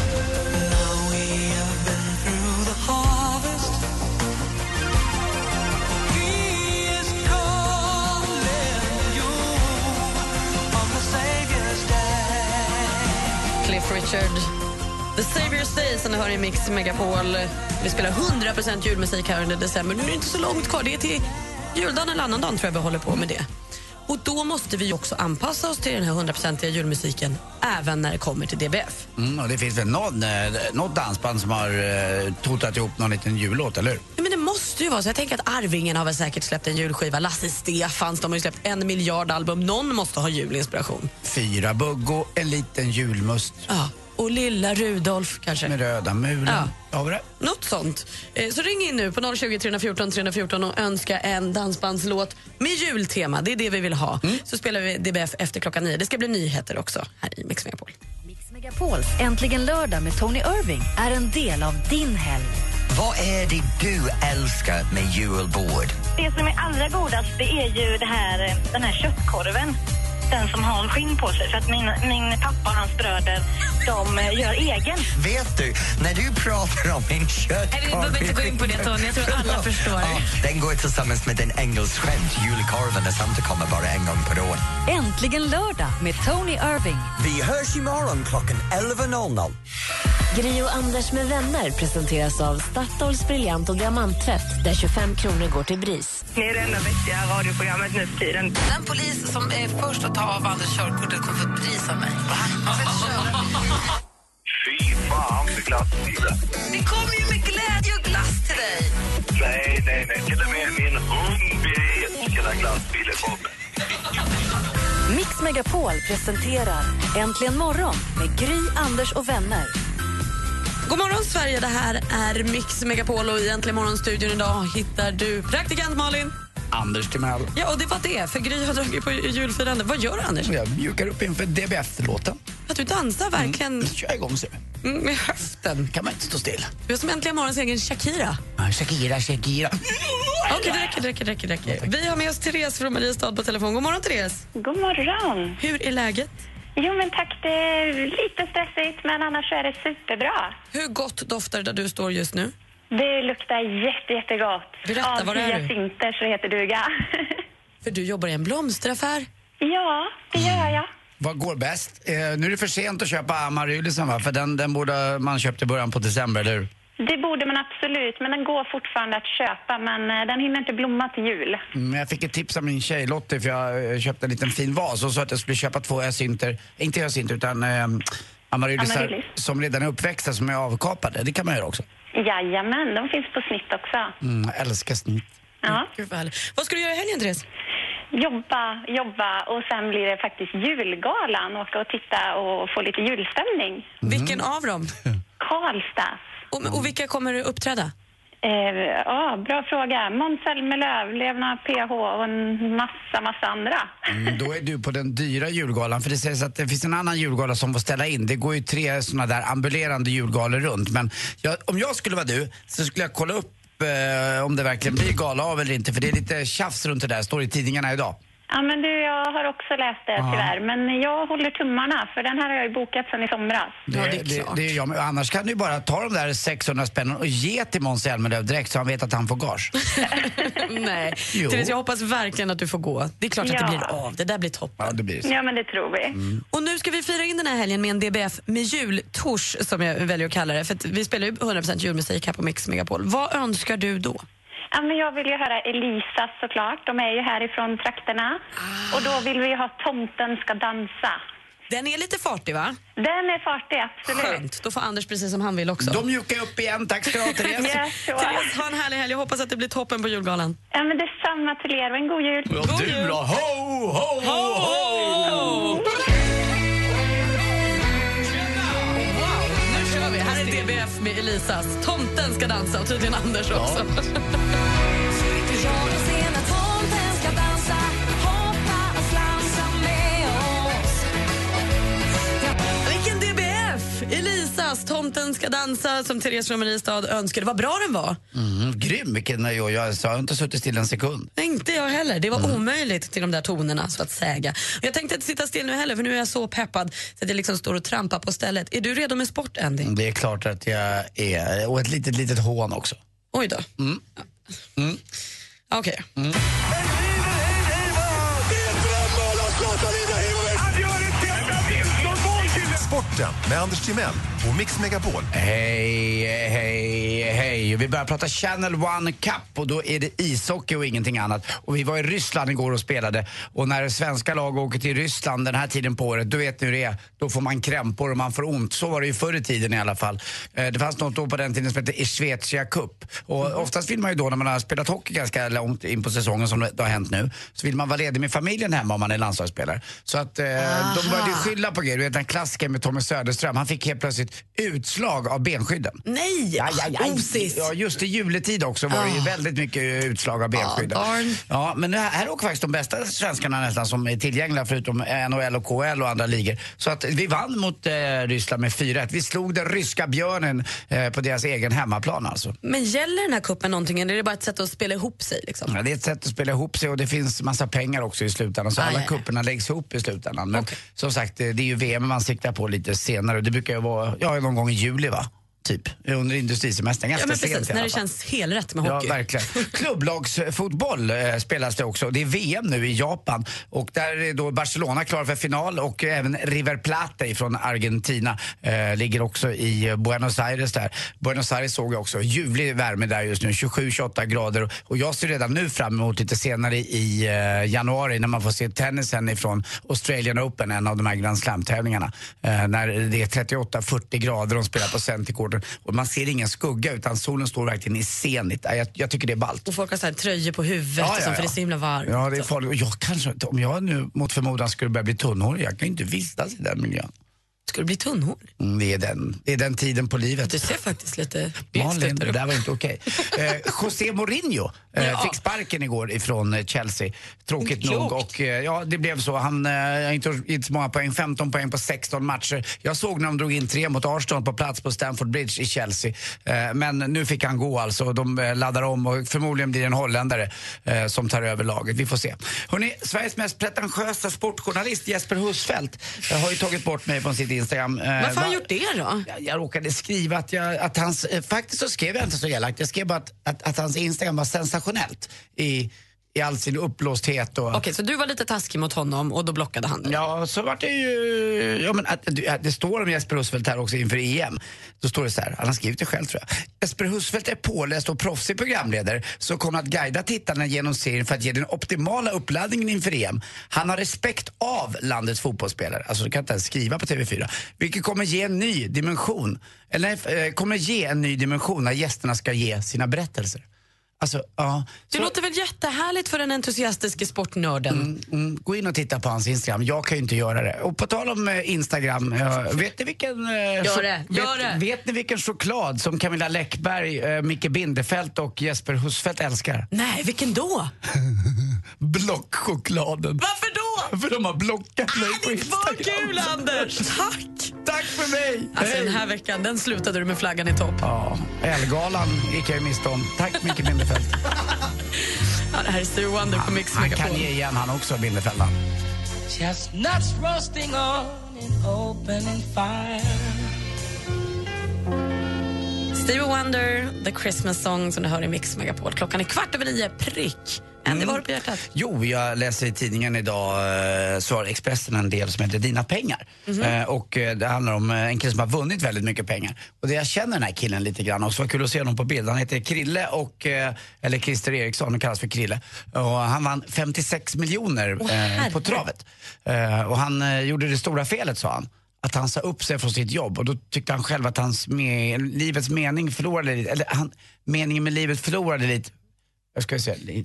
Cliff Richard, The Savior's Day som du hör i Mix Megapol. Vi spelar 100% julmusik här under december. Nu är det inte så långt kvar, det är till juldagen eller annan dag tror jag vi håller på med det. Och då måste vi också anpassa oss till den här 100% julmusiken även när det kommer till DBF. Och det finns väl något dansband som har totat ihop någon liten jullåt, eller hur? Ja, men det måste ju vara så. Jag tänker att Arvingen har väl säkert släppt en julskiva. Lasse Stefans, de har ju släppt 1 miljard album. Någon måste ha julinspiration. 4 buggo, en liten julmust. Ja, och lilla Rudolf kanske. Med röda mulen. Ja. Har vi det? Något sånt. Så ring in nu på 020 314 314 och önska en dansbandslåt med jultema. Det är det vi vill ha. Så spelar vi DBF efter klockan 9. Det ska bli nyheter också här i Mix Megapol. Mix Megapols Äntligen lördag med Tony Irving är en del av din helg. Vad är det du älskar med julbord? Det som är allra godast det är ju den här köttkorven. Den som har skinn på sig. För att min pappa och hans bröder, de gör egen. Vet du, när du pratar om en köttkorv... Vi behöver inte gå in på det, Tony. Jag tror alla förstår. Ja, den går tillsammans med den engelsk skämt. Julkorven och Santa kommer bara en gång per år. Äntligen lördag med Tony Irving. Vi hörs imorgon klockan 11.00. Gri och Anders med vänner presenteras av Statoils briljant och diamanttvätt där 25 kronor går till BRIS. Det är det enda vettiga radioprogrammet nu för tiden. Den polis som är först att ta av Anders körkortet kommer få prisa mig. Fy fan för glassbilen. Det kommer ju med glädje och glass till dig. Nej. Till och med min hund älskar glassbilen kommer. Mix Megapol presenterar Äntligen morgon med Gry, Anders och vänner. God morgon Sverige, det här är Mix Megapol och i Äntligen morgonstudion idag hittar du praktikant Malin. Anders Timell. Ja, och det var det, för Gry har dragit på julfirande. Vad gör du, Anders? Jag mjukar upp inför DBF-låten. Att du dansar verkligen... Kör igång, ser du. Med höften. Kan man inte stå still. Du är som Äntligen morgons egen Shakira. Shakira. Okej, det räcker. Vi har med oss Therese från Mariestad på telefon. God morgon, Therese. God morgon. Hur är läget? Jo, men tack. Det är lite stressigt, men annars är det superbra. Hur gott doftar det där du står just nu? Det luktar jättegott. Berätta, var är du? Hyacinter så heter duga. För du jobbar i en blomsteraffär? Ja, det gör jag. Vad går bäst? Nu är det för sent att köpa Amarylisen, va? För den borde man köpt i början på december, eller hur? Det borde man absolut, men den går fortfarande att köpa. Men den hinner inte blomma till jul. Jag fick ett tips av min tjej Lottie, för jag köpte en liten fin vas och så att jag skulle köpa 2 hyacinter, inte hyacinter utan Amaryllisar som redan är uppväxta, som är avkapade. Det kan man göra också. Jajamän, de finns på snitt också. Jag älskar snitt. Ja. Gud vad härligt. Vad ska du göra i helgen, Therese? Jobba och sen blir det faktiskt julgalan. Åka och titta och få lite julstämning. Vilken av dem? Karlstad. Och vilka kommer du uppträda? Bra fråga. Måns Zelmerlöw, Levna PH och en massa andra. Då är du på den dyra julgalan, för det sägs att det finns en annan julgala som får ställa in. Det går ju 3 såna där ambulerande julgalor runt. Men om jag skulle vara du så skulle jag kolla upp om det verkligen blir gala av eller inte. För det är lite tjafs runt det där, står i tidningarna idag. Ja, men du, jag har också läst det tyvärr. Men jag håller tummarna, för den här har jag ju bokat sedan i somras. Det är jag, men annars kan du ju bara ta de där 600 spännen och ge till Måns Zelmerlöw direkt så han vet att han får gage. Nej, Therese, jag hoppas verkligen att du får gå. Det är klart att det blir av. Det där blir toppen. Ja, det blir så. Ja, men det tror vi. Och nu ska vi fira in den här helgen med en DBF med jultors, som jag väljer att kalla det. För att vi spelar ju 100% julmusik här på Mix Megapol. Vad önskar du då? Ja, men jag vill ju höra Elisa såklart. De är ju härifrån trakterna. Och då vill vi ha Tomten ska dansa. Den är lite fartig, va? Den är fartig, absolut. Skönt, då får Anders precis som han vill också. De mjukar upp igen, tack ska du ha, Therese. Therese, ha en härlig helg. Jag hoppas att det blir toppen på julgalan. Ja, men det är samma till er. Och en god jul. Ja, god du jul. Ho, ho, ho, ho. Här är DBF med Elisas. Tomten ska dansa och tydligen Anders också. Vilken DBF! Elisas Tomten ska dansa som Therese från Mariestad önskade. Vad bra den var. Grym, vilken jag har inte suttit still en sekund. Inte jag heller. Det var omöjligt till de där tonerna, så att säga. Jag tänkte inte sitta still nu heller, för nu är jag så peppad så att jag liksom står och trampar på stället. Är du redo med sport, Andy? Det är klart att jag är. Och ett litet hån också. Oj då. Okej. Sporten med Anders Timell och Mix Megapol. Hej. Vi börjar prata Channel One Cup och då är det ishockey och ingenting annat. Och vi var i Ryssland igår och spelade. Och när svenska lag åker till Ryssland den här tiden på året, då vet ni hur det är. Då får man krämpor och man får ont. Så var det ju förr i tiden i alla fall. Det fanns något då på den tiden som hette Isvetia Cup. Och oftast vill man ju då, när man har spelat hockey ganska långt in på säsongen som det har hänt nu, så vill man vara ledig med familjen hemma om man är landslagsspelare. Så att de började skylla på grejer. Du vet den klassiker med Tommy Söderström. Han fick helt plötsligt utslag av benskydden. Nej! Osis! Ja, just i juletid också var det ju väldigt mycket utslag av benskydden. Ja, men här åker faktiskt de bästa svenskarna nästan som är tillgängliga förutom NHL och KL och andra ligor. Så att vi vann mot Ryssland med 4-1. Vi slog den ryska björnen på deras egen hemmaplan alltså. Men gäller den här kuppen någonting eller är det bara ett sätt att spela ihop sig liksom? Ja, det är ett sätt att spela ihop sig och det finns massa pengar också i slutändan. Så alla kupperna läggs ihop i slutändan. Men som sagt, det är ju VM man siktar på lite senare. Det brukar ju vara någon gång i juli, va? Typ, under industrisemestern. Ganska men precis, när det känns helt rätt med hockey. Ja, verkligen. Klubblagsfotboll spelas det också. Det är VM nu i Japan. Och där är då Barcelona klar för final. Och även River Plate från Argentina ligger också i Buenos Aires där. Buenos Aires såg jag också. Ljuvlig värme där just nu, 27-28 grader. Och jag ser redan nu fram emot lite senare i januari när man får se tennisen ifrån Australian Open, en av de här Grand Slam-tävlingarna. När det är 38-40 grader och de spelar på centercourten. Och man ser ingen skugga utan solen står verkligen i zenit. Jag tycker det är ballt. Och folk har så här tröjor på huvudet för det är så himla varmt. Ja, det är farligt. Och jag kanske, om jag nu mot förmodan skulle börja bli tunnhårig, jag kan inte vistas i den miljön. Ska du bli tunnhårig? Det är den tiden på livet. Du ser faktiskt lite Malin, det där var inte okej. José Mourinho fick sparken igår ifrån Chelsea. Tråkigt nog. Och det blev så. Han har inte så många poäng. 15 poäng på 16 matcher. Jag såg när de drog in 3 mot Arsenal på plats på Stamford Bridge i Chelsea. Men nu fick han gå alltså. De laddar om och förmodligen blir det en holländare som tar över laget. Vi får se. Hörrni, Sveriges mest pretentiösa sportjournalist Jesper Husfeldt har ju tagit bort mig på sitt Instagram. Varför har han gjort det då? Jag råkade skriva att hans... Faktiskt så skrev jag inte så elakt. Jag skrev bara att hans Instagram var sensationellt i all sin uppblåsthet. Okej, så du var lite taskig mot honom och då blockade han dig? Ja, så var det ju... Ja, men det står om Jesper Husfeldt här också inför EM. Då står det så här, han har skrivit det själv tror jag. Jesper Husfeldt är påläst och proffsig programledare så kommer att guida tittarna genom serien för att ge den optimala uppladdningen inför EM. Han har respekt av landets fotbollsspelare. Alltså du kan inte ens skriva på TV4. Vilket kommer ge en ny dimension. Eller kommer ge en ny dimension när gästerna ska ge sina berättelser. Alltså, det låter väl jättehärligt för den entusiastiska sportnörden. Gå in och titta på hans Instagram. Jag kan ju inte göra det. Och på tal om Instagram, vet ni vilken vet ni vilken choklad som Camilla Läckberg, Micke Bindefeld och Jesper Husfeldt älskar? Nej, vilken då? Blockchokladen. Varför då? För de har blockat mig på Instagram. Vad kul, Anders! Tack för mig! Alltså den här veckan, den slutade du med flaggan i topp. Ja, Elgalan gick jag miste om. Tack Micke Bindefeld. Ja, det här är Stevie Wonder på Mix Megapol. Han kan ge igen han också, Bindefällan. Chestnuts roasting on an open fire. Stevie Wonder, The Christmas Song som du hör i Mix Megapol. Klockan är 8:15 prick. Andy, vad har du på hjärtat? Jo, jag läser i tidningen idag, så har Expressen en del som heter Dina pengar. Och det handlar om en kille som har vunnit väldigt mycket pengar. Och det jag känner den här killen lite grann också, var kul att se honom på bild. Han heter Krille eller Christer Eriksson, han kallas för Krille. Och han vann 56 miljoner på travet. Och han gjorde det stora felet, sa han. Att han sa upp sig från sitt jobb och då tyckte han själv att hans livets mening förlorade lite, eller meningen med livet förlorade lite. Jag ska säga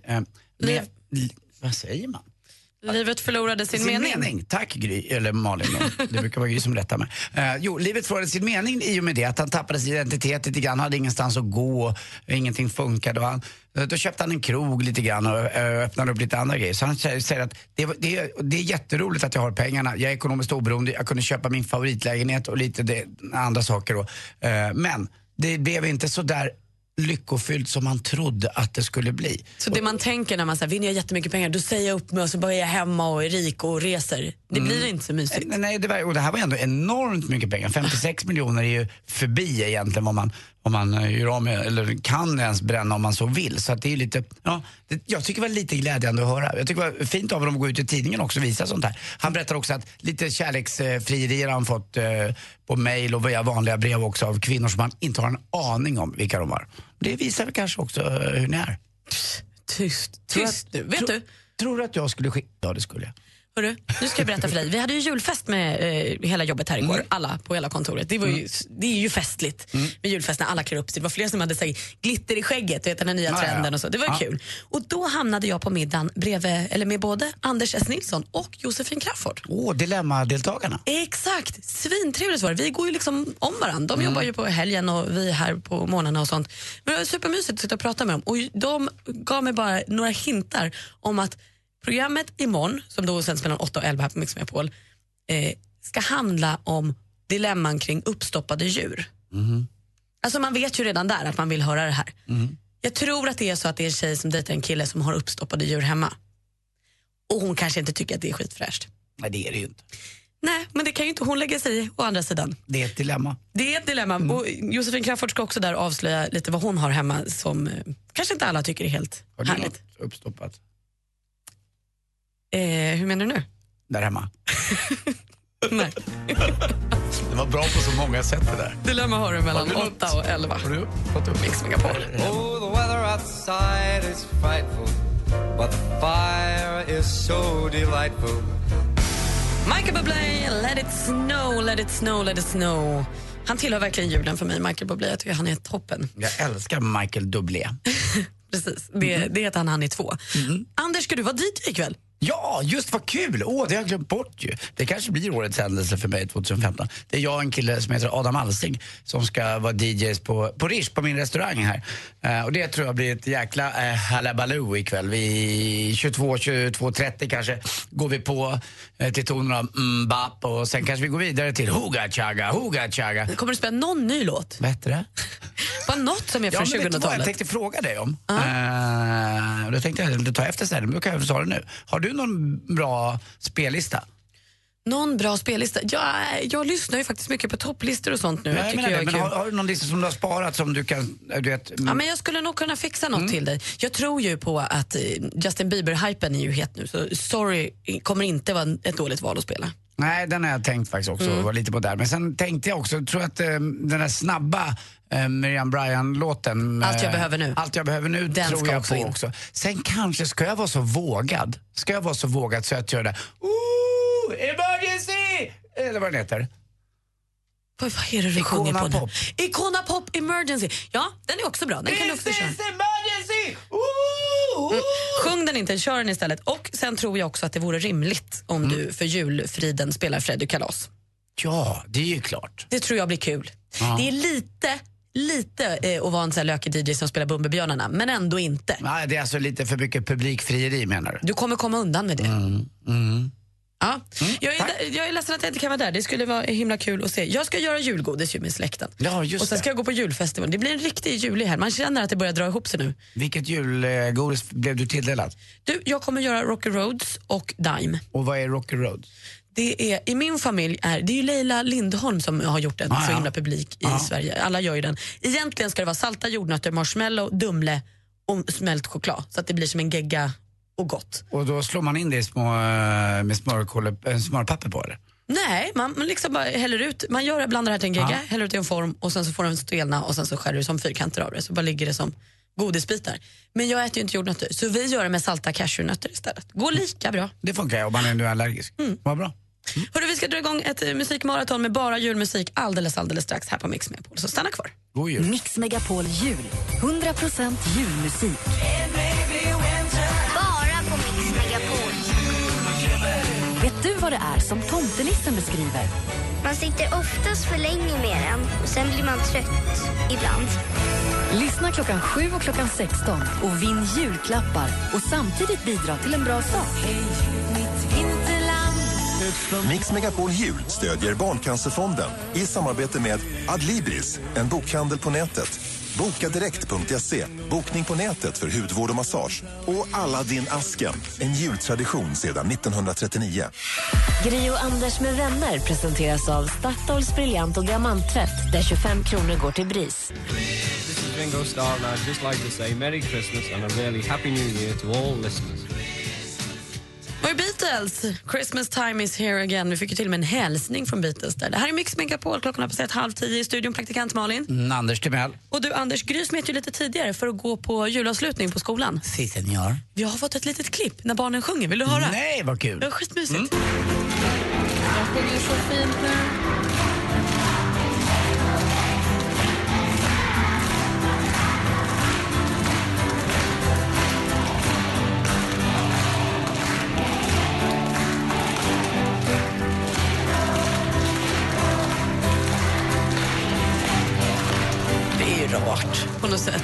vad säger man? Livet förlorade sin mening. Tack Gry, eller Malin. Det brukar vara Gry som rättar mig. Livet förlorade sin mening i och med det att han tappade sin identitet lite grann, hade ingenstans att gå och ingenting funkade. Och då köpte han en krog lite grann och öppnade upp lite andra grejer. Så han säger att det är jätteroligt att jag har pengarna. Jag är ekonomiskt oberoende, jag kunde köpa min favoritlägenhet och lite andra saker då. Men det blev inte så där lyckofyllt som man trodde att det skulle bli. Så det man tänker när man säger vinner jag jättemycket pengar, då säger jag upp mig och så bara är jag hemma och är rik och reser. Det blir inte så mysigt. Nej, det här var ändå enormt mycket pengar. 56 miljoner är ju förbi egentligen vad man gör av med, eller kan ens bränna om man så vill. Så att det är lite, jag tycker det var lite glädjande att höra. Jag tycker det var fint av dem att gå ut i tidningen också och visa sånt här. Han berättar också att lite kärleksfrierier har han fått på mejl och via vanliga brev också av kvinnor som man inte har en aning om vilka de var. Det visar väl kanske också hur ni är. Tyst du. Vet du? Tror du att jag skulle skicka? Ja, det skulle jag. Hörru, nu ska jag berätta för dig. Vi hade ju julfest med hela jobbet här igår. Alla på hela kontoret. Det är ju festligt med julfest när alla klär upp sig. Det var fler som hade glitter i skägget, vet, den här nya trenden och så. Det var kul. Och då hamnade jag på middagen med både Anders S. Nilsson och Josefin Crafoord. Dilemma-deltagarna. Exakt, svintrevligt var det. Vi går ju liksom om varandra. De jobbar ju på helgen och vi här på morgnarna och sånt. Men det var supermysigt att sitta och prata med dem. Och de gav mig bara några hintar om att programmet imorgon, som då sänds mellan 8 och 11 här på Mix Megapol, ska handla om dilemman kring uppstoppade djur. Alltså man vet ju redan där att man vill höra det här. Jag tror att det är så att det är en tjej som dejtar en kille som har uppstoppade djur hemma. Och hon kanske inte tycker att det är skitfräscht. Nej, det är det ju inte. Nej, men det kan ju inte hon lägga sig i å andra sidan. Det är ett dilemma. Det är ett dilemma. Och Josefin Crafoord ska också där avslöja lite vad hon har hemma som kanske inte alla tycker är helt härligt. Har du något uppstoppat? Hur menar du nu? Där hemma. Nej. Det var bra på så många sätt det där. Dilemma har du mellan 8 och 11. Har du fått upp Mix Megapol? Oh, the weather outside is frightful, but the fire is so delightful. Michael Bublé, let it snow, let it snow, let it snow. Han tillhör verkligen julen för mig, Michael Bublé. Jag tycker han är toppen. Jag älskar Michael Dublé. Precis, det heter han är 2. Anders, ska du vara DJ ikväll? Ja, just vad kul! Det har jag glömt bort ju. Det kanske blir årets händelse för mig 2015. Det är jag och en kille som heter Adam Alsing som ska vara DJs på Rish, på min restaurang här. Och det tror jag blir ett jäkla halabaloo ikväll. Vi 22:30 kanske går vi på till tonen av Mbap och sen kanske vi går vidare till Huga Chaga. Kommer du spela någon ny låt? Vad heter det? Bara något som är från 2000-talet. Jag tänkte fråga dig om. Då tänkte jag ta efter sen, men då kan jag få det nu. Har du någon bra spellista? Någon bra spellista? Jag lyssnar ju faktiskt mycket på topplistor och sånt nu. Nej, men har du någon lista som du har sparat som du kan... Du vet, Ja, men jag skulle nog kunna fixa något till dig. Jag tror ju på att Justin Bieber-hypen är ju het nu. Så Sorry kommer inte vara ett dåligt val att spela. Nej, den har jag tänkt faktiskt också. Var lite på där. Men sen tänkte jag också, tror att den där snabba Miriam Bryant-låten Allt jag behöver nu. Allt jag behöver nu, den tror jag på också. Sen kanske ska jag vara så vågad. Så att jag det. Emergency! Eller vad den heter. Vad är det du sjunger på nu? Icona Pop Emergency. Ja, den är också bra. Den kan du också köra. Emergency! Sjung den inte, kör den istället. Och sen tror jag också att det vore rimligt om du för julfriden spelar Freddy Kalas. Ja, det är ju klart. Det tror jag blir kul. Det är lite att vara en sån här lökig DJ som spelar Bumbibjörnarna, men ändå inte. Nej, det är alltså lite för mycket publikfrieri, menar du? Du kommer komma undan med det. Ja. Jag är ledsen att jag inte kan vara där. Det skulle vara himla kul att se. Jag ska göra julgodis med släkten. Ja, just och sen ska jag gå på julfestival. Det blir en riktig julig här. Man känner att det börjar dra ihop sig nu. Vilket julgodis blev du tilldelad? Jag kommer göra Rocky Roads och Dime. Och vad är Rocky Roads? Det är, i min familj det är ju Leila Lindholm som har gjort den så himla publik i Sverige. Alla gör ju den. Egentligen ska det vara salta jordnötter, marshmallow, dumle och smält choklad. Så att det blir som en gegga och gott. Och då slår man in det i med smörpapper på det? Nej, man liksom bara häller ut. Man blandar det här till en gegga, häller ut i en form och sen så får den stelna och sen så skär du som fyrkanter av det. Så bara ligger det som godisbitar. Men jag äter ju inte jordnötter, så vi gör det med salta cashewnötter istället. Går lika bra. Det funkar ju om man är allergisk. Vad bra. Hörru, vi ska dra igång ett musikmaraton med bara julmusik alldeles strax här på Mix Megapol. Så stanna kvar. God jul. Mix Megapol jul. 100% julmusik. Bara på Mix Megapol. Vet du vad det är som tomtenissen beskriver? Man sitter oftast för länge med den och sen blir man trött ibland. Lyssna klockan 7 och klockan 16 och vinn julklappar och samtidigt bidra till en bra sak. Mix Megapol Jul stödjer Barncancerfonden i samarbete med Adlibris, en bokhandel på nätet. Bokadirekt.se, bokning på nätet för hudvård och massage. Och Aladdin Asken, en jultradition sedan 1939. Gri och Anders med vänner presenteras av Statoils briljant och diamanttvätt där 25 kronor går till BRIS. This is Ringo Starr and I'd just like to say Merry Christmas and a really Happy New Year to all listeners. Och Beatles, Christmas time is here again. Vi fick ju till med en hälsning från Beatles där. Det här är Mix Megapol, klockan har passerat 9:30 i studion, praktikant Malin. Anders Timell. Och du Anders, Gry smet ju lite tidigare för att gå på julavslutning på skolan. Si, senor. Vi har fått ett litet klipp när barnen sjunger, vill du höra? Nej, vad kul. Det var skitmysigt. Jag sjunger så fint nu. Rart på något sätt.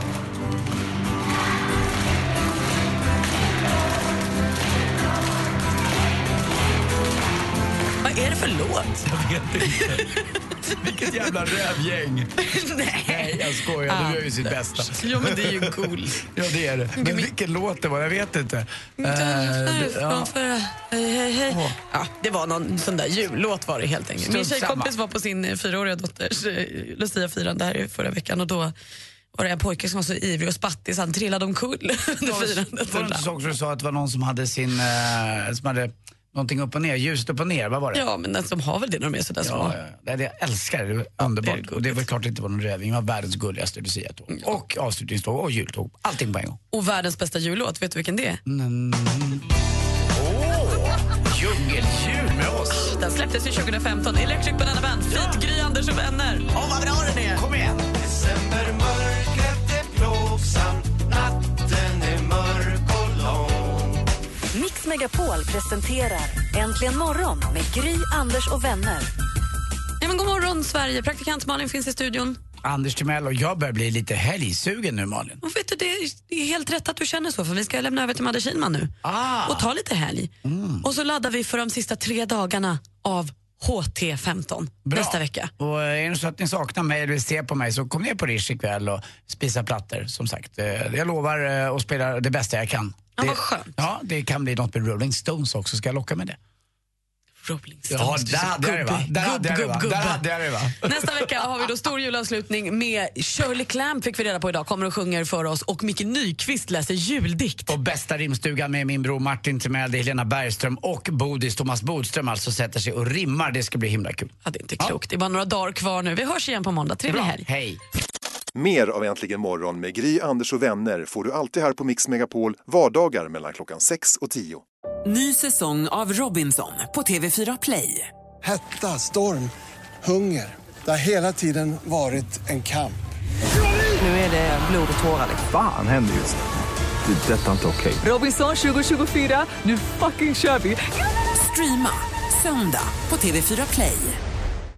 Vad är det för låt? Jag vet inte. Vilket jävla rövgäng. Nej, jag skojar. De gör ju sitt bästa. Ja, men det är ju cool. Ja, det är det. Men vilken låt det var, jag vet inte. Ja, det var någon sån där jullåt var det helt enkelt. Min tjejkompis var på sin 4-åriga dotters Lucia-firande här förra veckan och då var det en pojke som var så ivrig och spattig så han trillade omkull under firandet. Var det inte så också du sa att det var någon som hade som hade någonting upp och ner, ljuset upp och ner, vad var det? Ja, men de har väl det när de är sådär små. Ja. Jag älskar det, underbart. Och det var klart inte var någon röving, det var världens gulligaste Lucia-tåg. Och avslutningståg och jultåg, allting på en gång. Och världens bästa jullåt, vet du vilken det är? Djungeljul med oss. Den släpptes ju 2015, Electric Banana Band, Feat, Gry, Anders och vänner. Vad bra den är! Kom igen! Decembermörkret är plågsamt, natten är mörk och lång. Mix Megapol presenterar Äntligen morgon med Gry, Anders och vänner. Ja, men god morgon Sverige, praktikant Malin finns i studion. Anders Timell och jag börjar bli lite helgsugen nu, Malin. Och vet du, det är helt rätt att du känner så, för vi ska lämna över till Madde Kihlman nu. Och ta lite helg. Och så laddar vi för de sista 3 dagarna av HT15 nästa vecka. Och är det så att ni saknar mig eller vill se på mig så kom ner på Rish ikväll och spisa plattor, som sagt. Jag lovar att spela det bästa jag kan. Ja, vad skönt. Ja, det kan bli något med Rolling Stones också, ska jag locka med det. Rolling Stones. Ja, där hade jag det va? Nästa vecka har vi då stor julavslutning med Shirley Clamp, fick vi reda på idag, kommer och sjunger för oss, och Micke Nyqvist läser juldikt. Och bästa rimstugan med min bror Martin Timell, Helena Bergström och Bodis Thomas Bodström alltså sätter sig och rimmar. Det ska bli himla kul. Ja, det är inte klokt. Det är bara några dagar kvar nu. Vi hörs igen på måndag. Trevlig helg. Hej. Mer av Äntligen morgon med Gry, Anders och vänner får du alltid här på Mix Megapol vardagar mellan klockan 6 och 10. Ny säsong av Robinson på TV4 Play. Hetta, storm, hunger. Det har hela tiden varit en kamp. Nu är det blod och tårar. Fan händer just det. Det är detta inte okej. Robinson 2024, nu fucking kör vi. Streama söndag på TV4 Play.